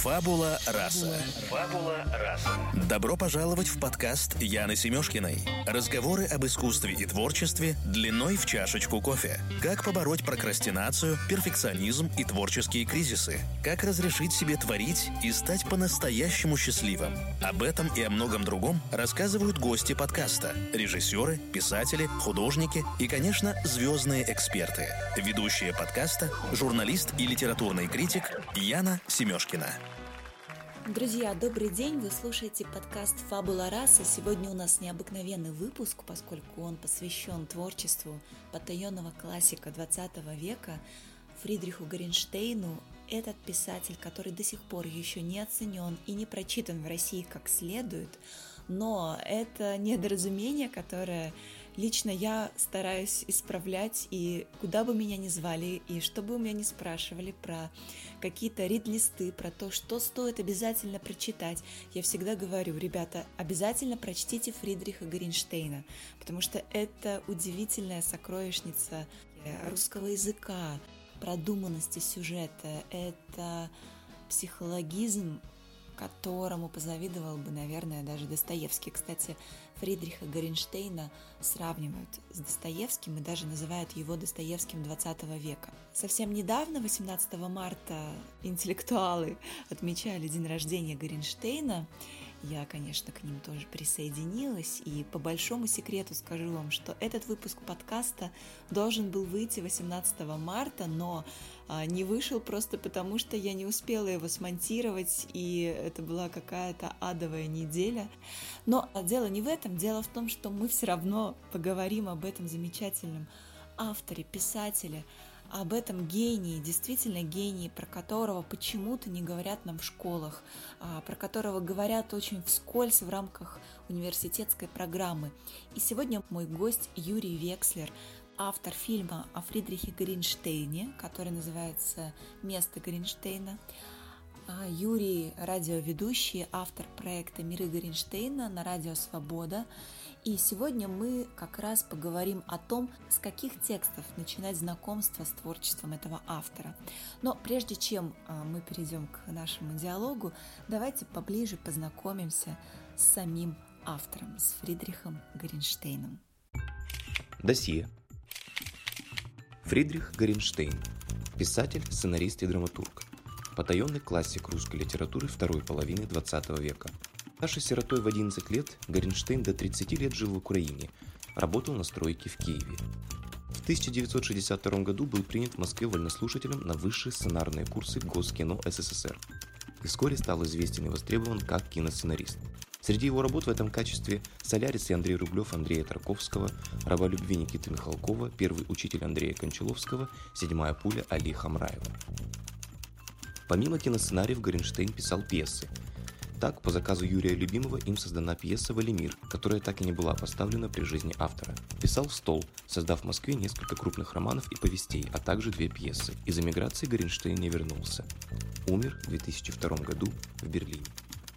Фабула раса. Добро пожаловать в подкаст Яны Семёшкиной. Разговоры об искусстве и творчестве длиной в чашечку кофе. Как побороть прокрастинацию, перфекционизм и творческие кризисы. Как разрешить себе творить и стать по-настоящему счастливым. Об этом и о многом другом рассказывают гости подкаста. Режиссеры, писатели, художники и, конечно, звездные эксперты. Ведущая подкаста, журналист и литературный критик Яна Семёшкина. Друзья, добрый день! Вы слушаете подкаст «Фабула раса». Сегодня у нас необыкновенный выпуск, поскольку он посвящен творчеству потаенного классика 20 века Фридриху Горенштейну. Этот писатель, который до сих пор еще не оценен и не прочитан в России как следует, но это недоразумение, которое лично я стараюсь исправлять, и куда бы меня ни звали, и что бы у меня ни спрашивали про какие-то рид-листы, про то, что стоит обязательно прочитать, я всегда говорю: ребята, обязательно прочтите Фридриха Горенштейна, потому что это удивительная сокровищница русского языка, продуманности сюжета, это психологизм, которому позавидовал бы, наверное, даже Достоевский. Кстати, Фридриха Горенштейна сравнивают с Достоевским и даже называют его Достоевским 20 века. Совсем недавно, 18 марта, интеллектуалы отмечали день рождения Горенштейна. Я, конечно, к ним тоже присоединилась, и по большому секрету скажу вам, что этот выпуск подкаста должен был выйти 18 марта, но не вышел просто потому, что я не успела его смонтировать, и это была какая-то адовая неделя. Но дело не в этом, дело в том, что мы все равно поговорим об этом замечательном авторе, писателе, об этом гении, действительно гении, про которого почему-то не говорят нам в школах, про которого говорят очень вскользь в рамках университетской программы. И сегодня мой гость Юрий Векслер, автор фильма о Фридрихе Горенштейне, который называется «Место Горенштейна». Юрий – радиоведущий, автор проекта «Миры Горенштейна» на радио «Свобода». И сегодня мы как раз поговорим о том, с каких текстов начинать знакомство с творчеством этого автора. Но прежде чем мы перейдем к нашему диалогу, давайте поближе познакомимся с самим автором, с Фридрихом Горенштейном. Досье. Фридрих Горенштейн. Писатель, сценарист и драматург. Потаенный классик русской литературы второй половины XX века. Старший сиротой в 11 лет, Горенштейн до 30 лет жил в Украине, работал на стройке в Киеве. В 1962 году был принят в Москве вольнослушателем на высшие сценарные курсы Госкино СССР и вскоре стал известен и востребован как киносценарист. Среди его работ в этом качестве «Солярис» и Андрей Рублев Андрея Тарковского, «Раба любви» Никиты Михалкова, «Первый учитель» Андрея Кончаловского, «Седьмая пуля» Али Хамраева. Помимо киносценариев Горенштейн писал пьесы. Так, по заказу Юрия Любимого им создана пьеса «Валимир», которая так и не была поставлена при жизни автора. Писал в стол, создав в Москве несколько крупных романов и повестей, а также 2 пьесы. Из эмиграции Горенштейн не вернулся. Умер в 2002 году в Берлине.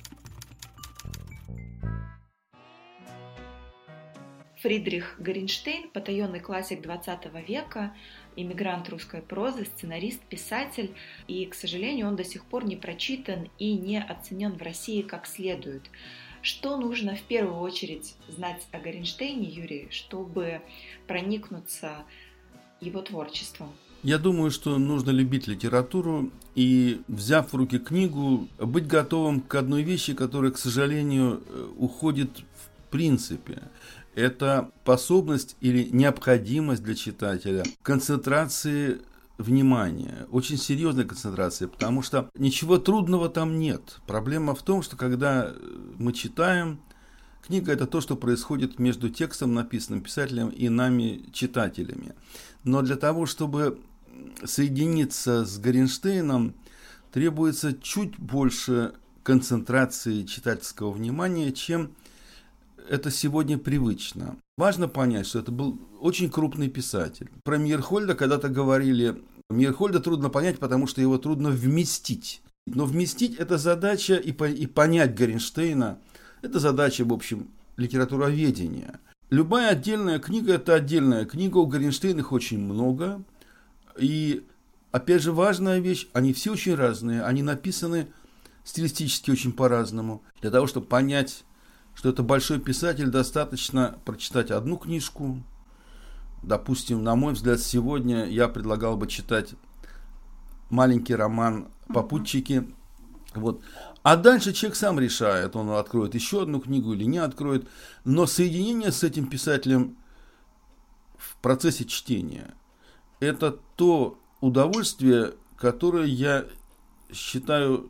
Фридрих Горенштейн – потаенный классик 20 века, иммигрант русской прозы, сценарист, писатель. И, к сожалению, он до сих пор не прочитан и не оценен в России как следует. Что нужно в первую очередь знать о Горенштейне, Юрий, чтобы проникнуться его творчеством? Я думаю, что нужно любить литературу и, взяв в руки книгу, быть готовым к одной вещи, которая, к сожалению, уходит в принципе. Это способность или необходимость для читателя концентрации внимания, очень серьезной концентрации, потому что ничего трудного там нет. Проблема в том, что когда мы читаем, книга – это то, что происходит между текстом, написанным писателем, и нами, читателями. Но для того, чтобы соединиться с Горенштейном, требуется чуть больше концентрации читательского внимания, чем это сегодня привычно. Важно понять, что это был очень крупный писатель. Про Мейерхольда когда-то говорили, Мейерхольда трудно понять, потому что его трудно вместить. Но вместить – это задача, и понять Горенштейна – это задача, в общем, литературоведения. Любая отдельная книга – это отдельная книга, у Горенштейна их очень много. И, опять же, важная вещь, они все очень разные, они написаны стилистически очень по-разному. Для того, чтобы понять, что это большой писатель, достаточно прочитать одну книжку. Допустим, на мой взгляд, сегодня я предлагал бы читать маленький роман «Попутчики». Вот. А дальше человек сам решает, он откроет еще одну книгу или не откроет. Но соединение с этим писателем в процессе чтения – это то удовольствие, которое, я считаю,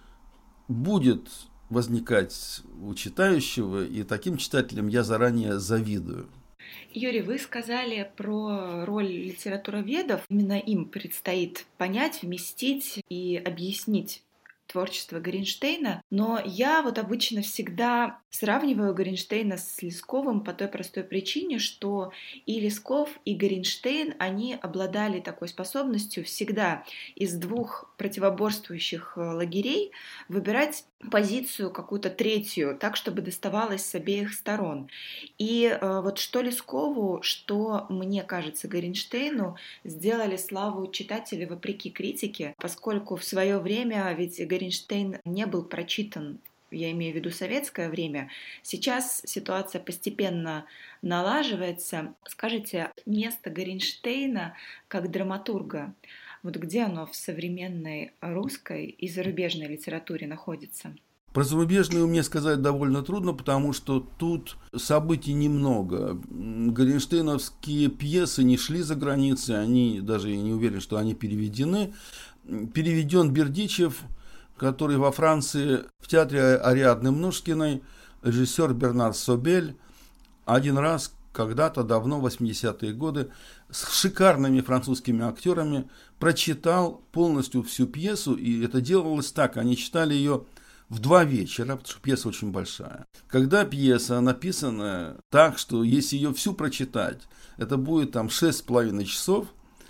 будет возникать у читающего, и таким читателям я заранее завидую. Юрий, вы сказали про роль литературоведов. Именно им предстоит понять, вместить и объяснить творчество Горенштейна, но я вот обычно всегда сравниваю Горенштейна с Лесковым по той простой причине, что и Лесков, и Горенштейн, они обладали такой способностью всегда из двух противоборствующих лагерей выбирать позицию какую-то третью, так, чтобы доставалось с обеих сторон. И вот что Лескову, что, мне кажется, Горенштейну сделали славу читателей вопреки критике, поскольку в свое время ведь Горенштейн не был прочитан, я имею в виду советское время. Сейчас ситуация постепенно налаживается. Скажите, место Горенштейна как драматурга, вот где оно в современной русской и зарубежной литературе находится? Про зарубежную мне сказать довольно трудно, потому что тут событий немного. Горенштейновские пьесы не шли за границей, они даже не уверены, что они переведены. Переведен Бердичев, который во Франции в театре Ариадны Мнушкиной, режиссер Бернар Собель, один раз когда-то давно, в 80-е годы, с шикарными французскими актерами прочитал полностью всю пьесу, и это делалось так, они читали ее в 2 вечера, потому что пьеса очень большая. Когда пьеса написана так, что если ее всю прочитать, это будет там 6,5 часов,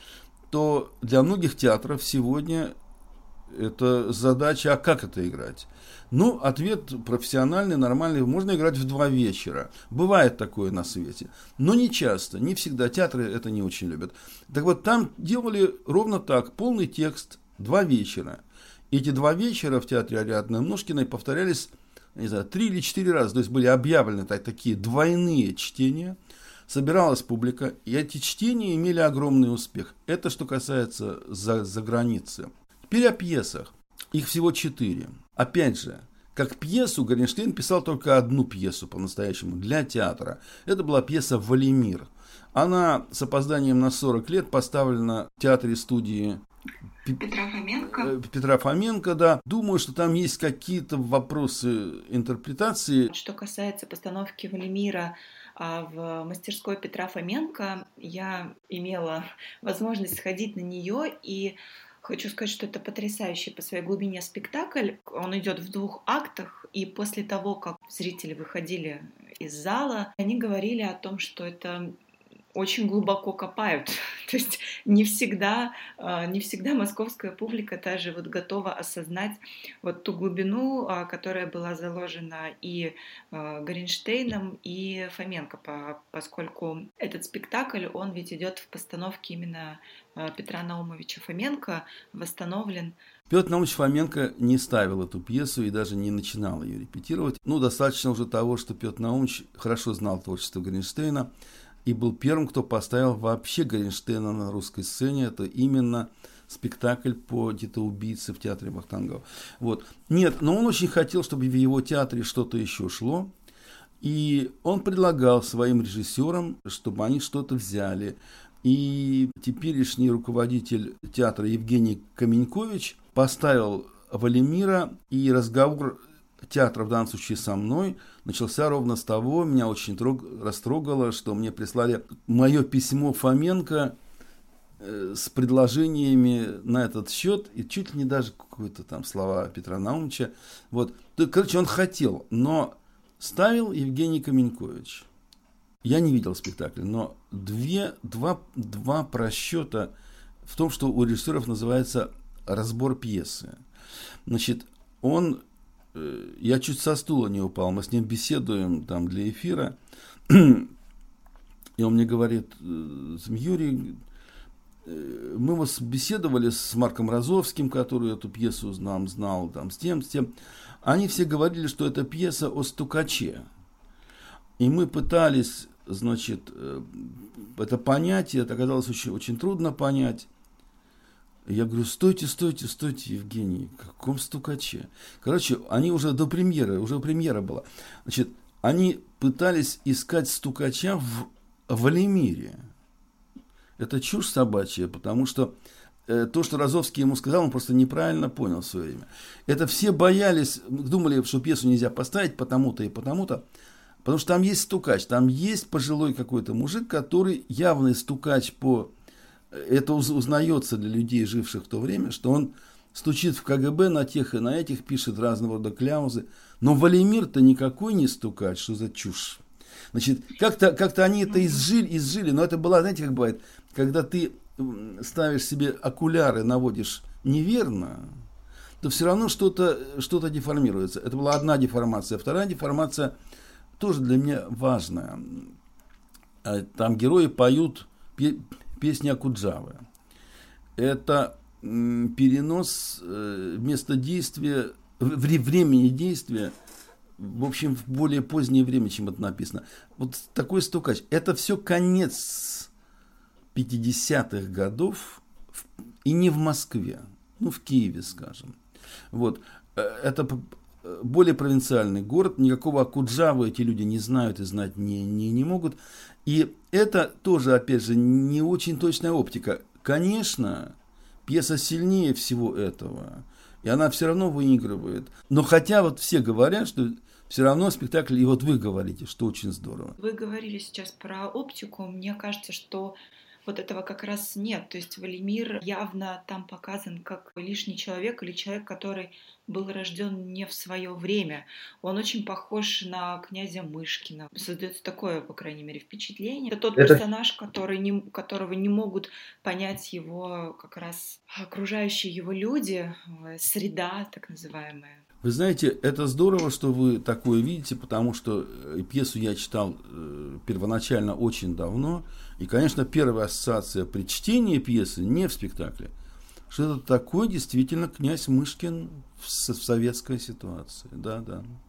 то для многих театров сегодня это задача, а как это играть? Ну, ответ профессиональный, нормальный, можно играть в 2 вечера. Бывает такое на свете, но не часто, не всегда. Театры это не очень любят. Так вот, там делали ровно так, полный текст, 2 вечера. Эти 2 вечера в театре Ариадны Мнушкиной повторялись, не знаю, 3 или 4 раза. То есть были объявлены такие двойные чтения. Собиралась публика, и эти чтения имели огромный успех. Это что касается за границы. Теперь о пьесах. Их всего 4. Опять же, как пьесу Горенштейн писал только одну пьесу по-настоящему для театра. Это была пьеса «Валимир». Она с опозданием на 40 лет поставлена в театре-студии Петра Фоменко, да. Думаю, что там есть какие-то вопросы интерпретации. Что касается постановки «Валимира» в мастерской Петра Фоменко, я имела возможность сходить на нее, и хочу сказать, что это потрясающий по своей глубине спектакль. Он идет в 2 актах, и после того, как зрители выходили из зала, они говорили о том, что это очень глубоко копают. То есть не всегда московская публика даже вот готова осознать вот ту глубину, которая была заложена и Горенштейном, и Фоменко, поскольку этот спектакль, он ведь идет в постановке именно Петра Наумовича Фоменко, восстановлен. Петр Наумович Фоменко не ставил эту пьесу и даже не начинал ее репетировать. Ну, достаточно уже того, что Петр Наумович хорошо знал творчество Горенштейна и был первым, кто поставил вообще Горенштейна на русской сцене. Это именно спектакль по «Детоубийце» в театре Вахтангова. Вот. Нет, но он очень хотел, чтобы в его театре что-то еще шло. И он предлагал своим режиссерам, чтобы они что-то взяли. И теперешний руководитель театра Евгений Каменькович поставил Валимира, и разговор театра, в данном случае со мной, начался ровно с того, меня очень растрогало, что мне прислали мое письмо Фоменко с предложениями на этот счет, и чуть ли не даже какие-то там слова Петра Наумовича. Вот. Короче, он хотел, но ставил Евгений Каменькович. Я не видел спектакль, но два просчета в том, что у режиссеров называется разбор пьесы. Значит, я чуть со стула не упал, мы с ним беседуем там для эфира, и он мне говорит: Юрий, мы вот беседовали с Марком Розовским, который эту пьесу знал, там, с тем. Они все говорили, что это пьеса о стукаче. И мы пытались, значит, это понятие, это оказалось очень, очень трудно понять. Я говорю, стойте, Евгений, в каком стукаче? Короче, они уже до премьеры, уже премьера была. Значит, они пытались искать стукача в Валимире. Это чушь собачья, потому что то, что Розовский ему сказал, он просто неправильно понял в свое время. Это все боялись, думали, что пьесу нельзя поставить потому-то и потому-то, потому что там есть стукач, там есть пожилой какой-то мужик, который явный стукач по... Это узнается для людей, живших в то время, что он стучит в КГБ на тех и на этих, пишет разного рода кляузы. Но Валимир-то никакой не стукач, что за чушь. Значит, как-то они это изжили, но это было, знаете, как бывает, когда ты ставишь себе окуляры, наводишь неверно, то все равно что-то деформируется. Это была одна деформация. Вторая деформация тоже для меня важная. Там герои поют песни Окуджавы. Это перенос места действия, времени действия, в общем, в более позднее время, чем это написано. Вот такой стукач. Это все конец 50-х годов, и не в Москве, ну, в Киеве, скажем. Вот. Это более провинциальный город, никакого Окуджавы эти люди не знают и знать не могут. И это тоже, опять же, не очень точная оптика. Конечно, пьеса сильнее всего этого, и она все равно выигрывает. Но хотя вот все говорят, что все равно спектакль, и вот вы говорите, что очень здорово. Вы говорили сейчас про оптику, мне кажется, что вот этого как раз нет. То есть Валимир явно там показан как лишний человек или человек, который был рожден не в свое время. Он очень похож на князя Мышкина. Создается такое, по крайней мере, впечатление. Это тот персонаж, которого не могут понять его как раз окружающие его люди, среда так называемая. Вы знаете, это здорово, что вы такое видите, потому что пьесу я читал первоначально очень давно. И, конечно, первая ассоциация при чтении пьесы, не в спектакле, что это такой действительно князь Мышкин в советской ситуации. Да.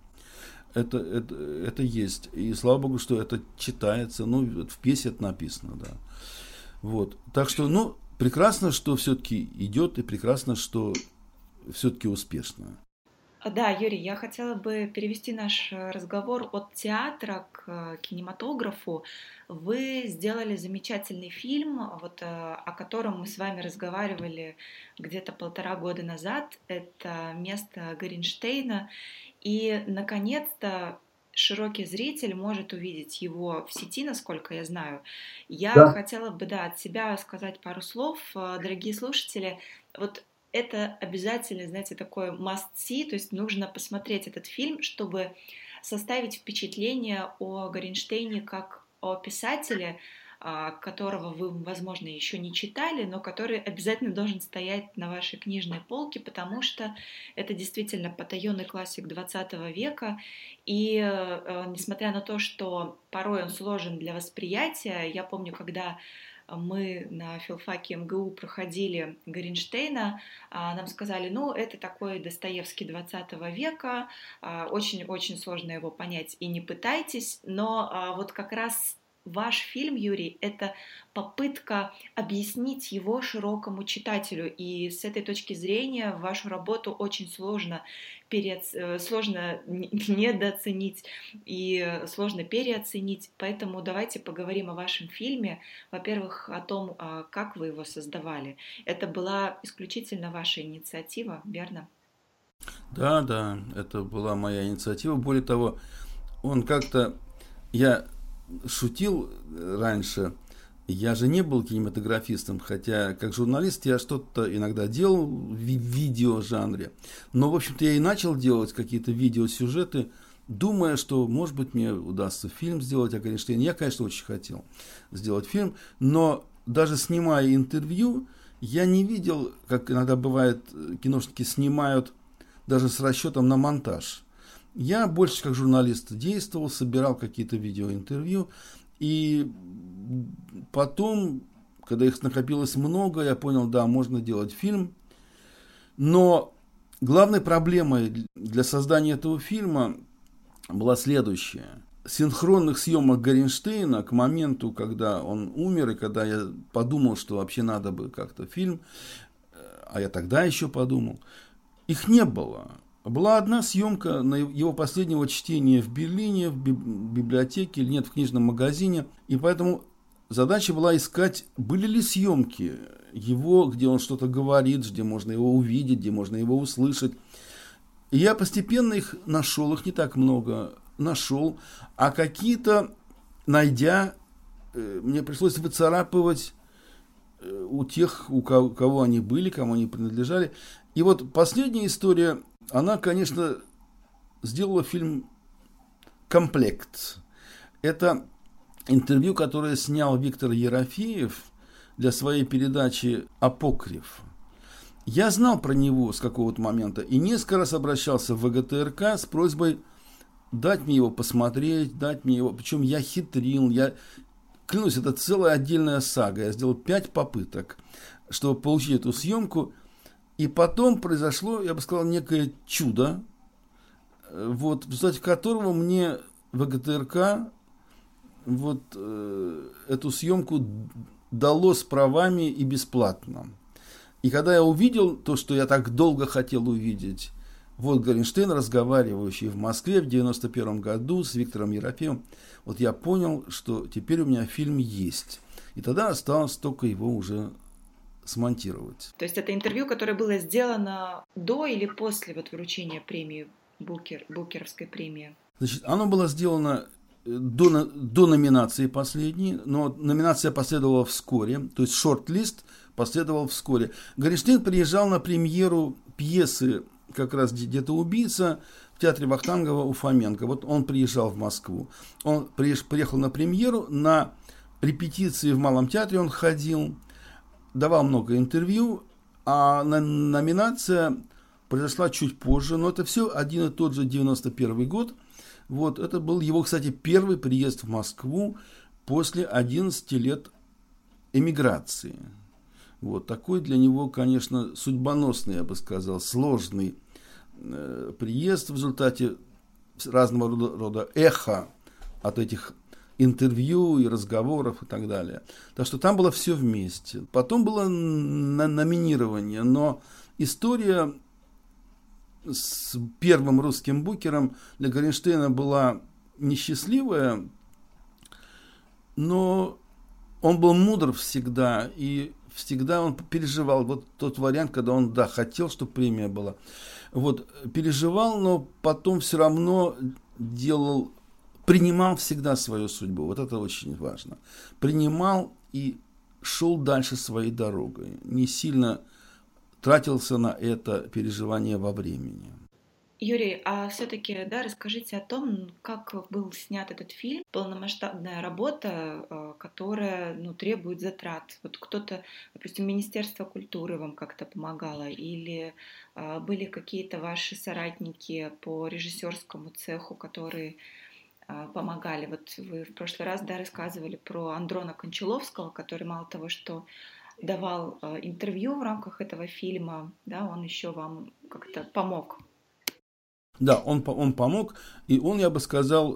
Это есть. И слава богу, что это читается. Ну, в пьесе это написано, да. Вот. Так что, ну, прекрасно, что все-таки идет, и прекрасно, что все-таки успешно. Да, Юрий, я хотела бы перевести наш разговор от театра к кинематографу. Вы сделали замечательный фильм, вот, о котором мы с вами разговаривали где-то 1,5 года назад. Это «Место Горенштейна». И, наконец-то, широкий зритель может увидеть его в сети, насколько я знаю. Я хотела бы, от себя сказать пару слов. Дорогие слушатели, вот это обязательно, знаете, такой must-see, то есть нужно посмотреть этот фильм, чтобы составить впечатление о Горенштейне как о писателе, которого вы, возможно, еще не читали, но который обязательно должен стоять на вашей книжной полке, потому что это действительно потаенный классик 20 века, и несмотря на то, что порой он сложен для восприятия, я помню, когда мы на филфаке МГУ проходили Горенштейна, нам сказали, это такой Достоевский 20 века, очень-очень сложно его понять и не пытайтесь, но вот как раз ваш фильм, Юрий, это попытка объяснить его широкому читателю, и с этой точки зрения вашу работу очень сложно недооценить и сложно переоценить, поэтому давайте поговорим о вашем фильме. Во-первых, о том, как вы его создавали. Это была исключительно ваша инициатива, верно? Да, это была моя инициатива. Более того, я шутил раньше, я же не был кинематографистом, хотя как журналист я что-то иногда делал в видеожанре. Но, в общем-то, я и начал делать какие-то видеосюжеты, думая, что, может быть, мне удастся фильм сделать о Горенштейне. Я, конечно, очень хотел сделать фильм, но даже снимая интервью, я не видел, как иногда бывает, киношники снимают даже с расчетом на монтаж. Я больше как журналист действовал, собирал какие-то видеоинтервью, и потом, Когда их накопилось много, я понял, да, можно делать фильм. Но главной проблемой для создания этого фильма была следующая. Синхронных съемок Горенштейна к моменту, когда он умер, и когда я подумал, что вообще надо бы как-то фильм, а я тогда еще подумал, их не было. Была одна съемка на его последнего чтения в Берлине, в библиотеке, или нет, в книжном магазине. И поэтому задача была искать, были ли съемки его, где он что-то говорит, где можно его увидеть, где можно его услышать. И я постепенно их нашел, их не так много нашел, а какие-то, найдя, мне пришлось выцарапывать у тех, у кого они были, кому они принадлежали. И вот последняя история, она, конечно, сделала фильм «Комплект». Это интервью, которое снял Виктор Ерофеев для своей передачи «Апокриф». Я знал про него с какого-то момента и несколько раз обращался в ВГТРК с просьбой дать мне его посмотреть, дать мне его. Причем я хитрил, я клянусь, это целая отдельная сага. Я сделал 5 попыток, чтобы получить эту съемку. И потом произошло, я бы сказал, некое чудо, вот, в результате которого мне ВГТРК вот эту съемку дало с правами и бесплатно. И когда я увидел то, что я так долго хотел увидеть, вот Горенштейн, разговаривающий в Москве в 1991 году с Виктором Ерофеевым, вот я понял, что теперь у меня фильм есть. И тогда осталось только его уже смонтировать. То есть это интервью, которое было сделано до или после вот вручения премии Букеровской премии? Значит, оно было сделано до номинации последней, но номинация последовала вскоре, то есть шорт-лист последовал вскоре. Горенштейн приезжал на премьеру пьесы как раз «Где-то убийца» в театре Вахтангова у Фоменко. Вот он приезжал в Москву. Он приехал на премьеру, на репетиции в Малом театре он ходил, давал много интервью, а номинация произошла чуть позже, но это все один и тот же 91 год. Вот, это был его, кстати, первый приезд в Москву после 11 лет эмиграции. Вот, такой для него, конечно, судьбоносный, я бы сказал, сложный приезд в результате разного рода эха от этих интервью и разговоров и так далее. Так что там было все вместе. Потом было номинирование, но история с первым русским букером для Горенштейна была несчастливая, но он был мудр всегда, и всегда он переживал вот тот вариант, когда он, да, хотел, чтобы премия была. Вот, переживал, но потом все равно принимал всегда свою судьбу. Вот это очень важно. Принимал и шел дальше своей дорогой. Не сильно тратился на это переживание во времени. Юрий, а все-таки, да, расскажите о том, как был снят этот фильм. Полномасштабная работа, которая, требует затрат. Вот кто-то, допустим, Министерство культуры вам как-то помогало, или были какие-то ваши соратники по режиссерскому цеху, которые помогали. Вот вы в прошлый раз, да, рассказывали про Андрона Кончаловского, который мало того, что давал интервью в рамках этого фильма, да, он еще вам как-то помог. Да, он помог, и он, я бы сказал,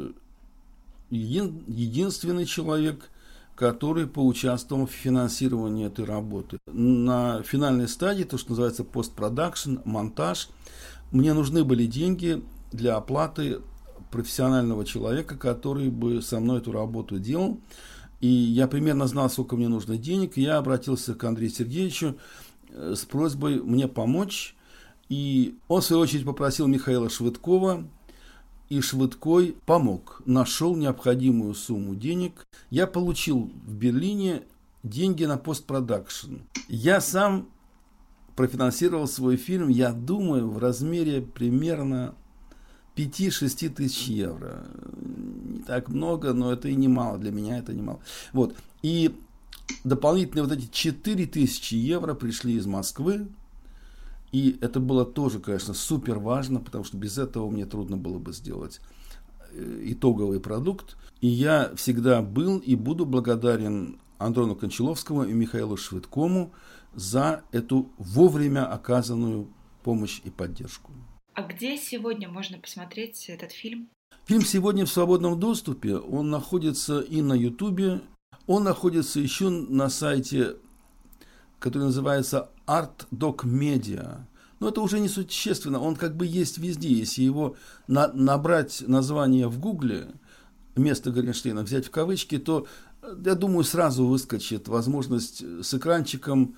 единственный человек, который поучаствовал в финансировании этой работы. На финальной стадии, то, что называется постпродакшн, монтаж, мне нужны были деньги для оплаты профессионального человека, который бы со мной эту работу делал. И я примерно знал, сколько мне нужно денег. Я обратился к Андрею Сергеевичу с просьбой мне помочь. И он, в свою очередь, попросил Михаила Швыдкова, и Швыдкой помог, нашел необходимую сумму денег. Я получил в Берлине деньги на постпродакшн. Я сам профинансировал свой фильм, я думаю, в размере примерно 5-6 тысяч евро. Не так много, но это и немало, для меня это немало. Вот. И дополнительные вот эти 4 тысячи евро пришли из Москвы. И это было тоже, конечно, супер важно, потому что без этого мне трудно было бы сделать итоговый продукт. И я всегда был и буду благодарен Андрону Кончаловскому и Михаилу Швидкому за эту вовремя оказанную помощь и поддержку. А где сегодня можно посмотреть этот фильм? Фильм сегодня в свободном доступе. Он находится и на Ютубе. Он находится еще на сайте, который называется Art Doc Media. Но это уже не существенно. Он как бы есть везде. Если его набрать название в Гугле, место Горенштейна взять в кавычки, то, я думаю, сразу выскочит возможность с экранчиком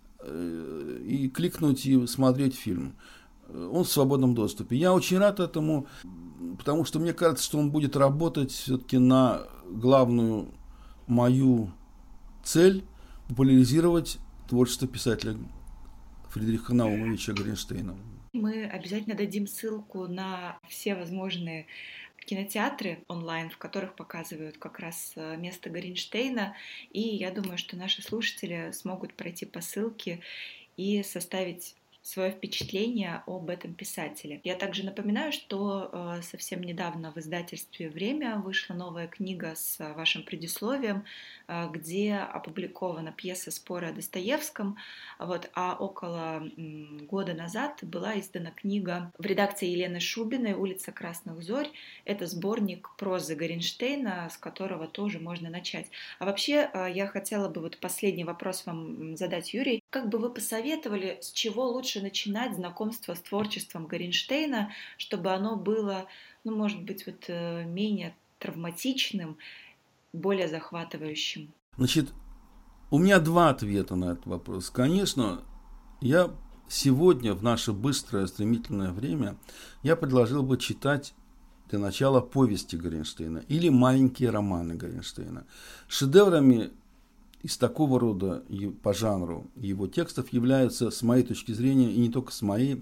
и кликнуть и смотреть фильм. Он в свободном доступе. Я очень рад этому, потому что мне кажется, что он будет работать все-таки на главную мою цель – популяризировать творчество писателя Фридриха Наумовича Горенштейна. Мы обязательно дадим ссылку на все возможные кинотеатры онлайн, в которых показывают как раз место Горенштейна. И я думаю, что наши слушатели смогут пройти по ссылке и составить свое впечатление об этом писателе. Я также напоминаю, что совсем недавно в издательстве «Время» вышла новая книга с вашим предисловием, где опубликована пьеса «Споры о Достоевском», а около года назад была издана книга в редакции Елены Шубиной «Улица Красных Зорь». Это сборник прозы Горенштейна, с которого тоже можно начать. А вообще я хотела бы последний вопрос вам задать, Юрий. Как бы вы посоветовали, с чего лучше начинать знакомство с творчеством Горенштейна, чтобы оно было, может быть, менее травматичным, более захватывающим? Значит, у меня два ответа на этот вопрос. Конечно, я сегодня, в наше быстрое, стремительное время, я предложил бы читать для начала повести Горенштейна или маленькие романы Горенштейна. Шедеврами из такого рода по жанру его текстов являются, с моей точки зрения, и не только с моей,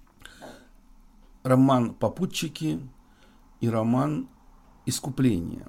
роман «Попутчики» и роман «Искупление».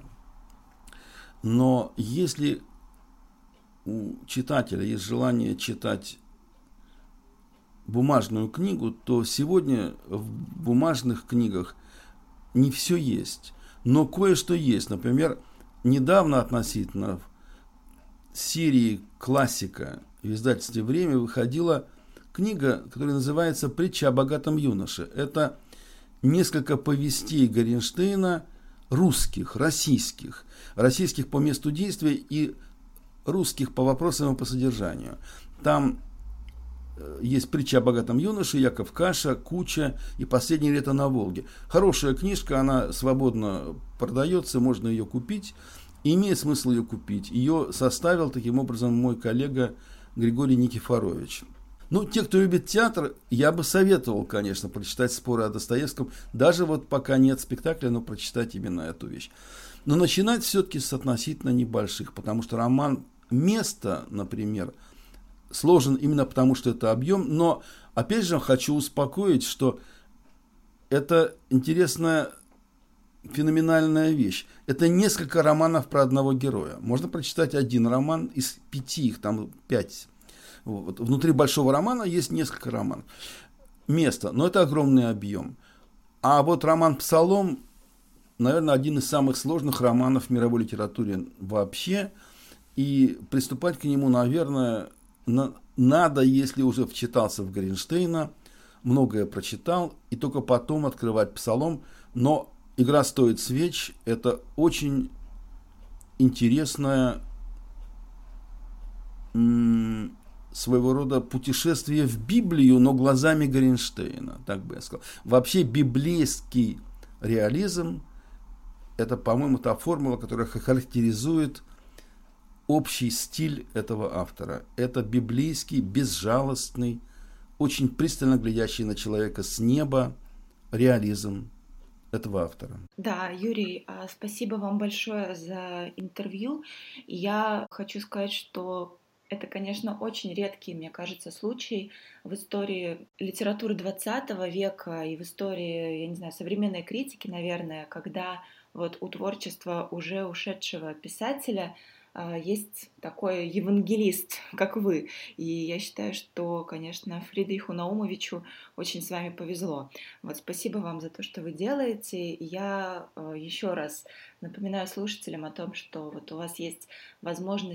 Но если у читателя есть желание читать бумажную книгу, то сегодня в бумажных книгах не все есть. Но кое-что есть. Например, недавно относительно серии «Классика» в издательстве «Время» выходила книга, которая называется «Притча о богатом юноше». Это несколько повестей Горенштейна русских, российских по месту действия и русских по вопросам и по содержанию. Там есть «Притча о богатом юноше», Яков Каша, Куча и «Последнее лето на Волге». Хорошая книжка, она свободно продается, можно ее купить. И имеет смысл ее купить. Ее составил таким образом мой коллега Григорий Никифорович. Те, кто любит театр, я бы советовал, конечно, прочитать «Споры о Достоевском». Даже пока нет спектакля, но прочитать именно эту вещь. Но начинать все-таки с относительно небольших, потому что роман «Место», например, сложен именно потому, что это объем. Но, опять же, хочу успокоить, что это интересная феноменальная вещь. Это несколько романов про одного героя. Можно прочитать один роман из 5, их там 5. Внутри большого романа есть несколько романов. Место, но это огромный объем. А роман «Псалом», наверное, один из самых сложных романов в мировой литературе вообще. И приступать к нему, наверное, надо, если уже вчитался в Горенштейна, многое прочитал, и только потом открывать «Псалом». Но «Игра стоит свеч» – это очень интересное своего рода путешествие в Библию, но глазами Горенштейна, так бы я сказал. Вообще библейский реализм – это, по-моему, та формула, которая характеризует общий стиль этого автора. Это библейский, безжалостный, очень пристально глядящий на человека с неба реализм этого автора. Да, Юрий, спасибо вам большое за интервью. Я хочу сказать, что это, конечно, очень редкий, мне кажется, случай в истории литературы 20 века и в истории, я не знаю, современной критики, наверное, когда у творчества уже ушедшего писателя есть такой евангелист, как вы. И я считаю, что, конечно, Фридриху Наумовичу очень с вами повезло. Спасибо вам за то, что вы делаете. Я еще раз напоминаю слушателям о том, что у вас есть возможность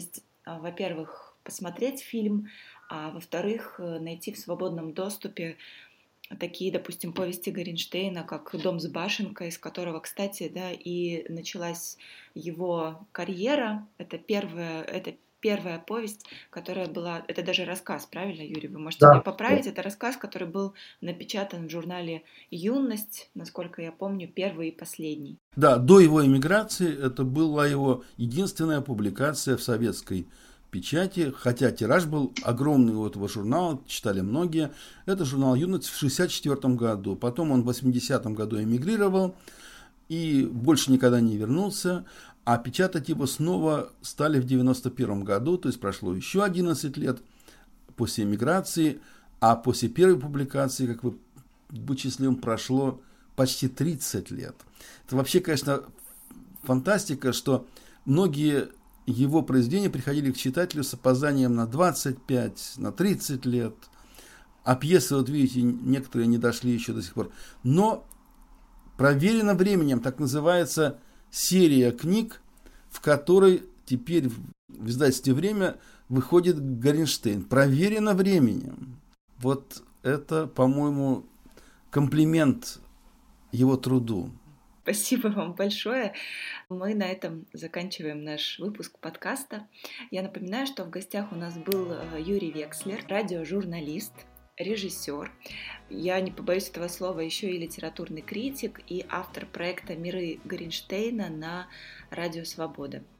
во-первых, посмотреть фильм, а во-вторых, найти в свободном доступе такие, допустим, повести Горенштейна, как «Дом с башенкой», из которого, кстати, да, и началась его карьера. Это первая повесть, которая была... Это даже рассказ, правильно, Юрий? Вы можете меня поправить? Это рассказ, который был напечатан в журнале «Юность», насколько я помню, первый и последний. Да, до его эмиграции это была его единственная публикация в советской печати, хотя тираж был огромный у этого журнала, читали многие. Это журнал «Юность» в 1964 году. Потом он в 80-м году эмигрировал и больше никогда не вернулся. А печатать его снова стали в 1991 году, то есть прошло еще 11 лет после эмиграции, а после первой публикации, как вы вычислим, прошло почти 30 лет. Это вообще, конечно, фантастика, что многие его произведения приходили к читателю с опозданием на 25, на 30 лет. А пьесы, вот видите, некоторые не дошли еще до сих пор. Но проверено временем, так называется серия книг, в которой теперь в издательстве «Время» выходит Горенштейн. Проверено временем. Вот это, по-моему, комплимент его труду. Спасибо вам большое. Мы на этом заканчиваем наш выпуск подкаста. Я напоминаю, что в гостях у нас был Юрий Векслер, радиожурналист, режиссер. Я не побоюсь этого слова, еще и литературный критик и автор проекта «Миры Горенштейна» на Радио Свобода.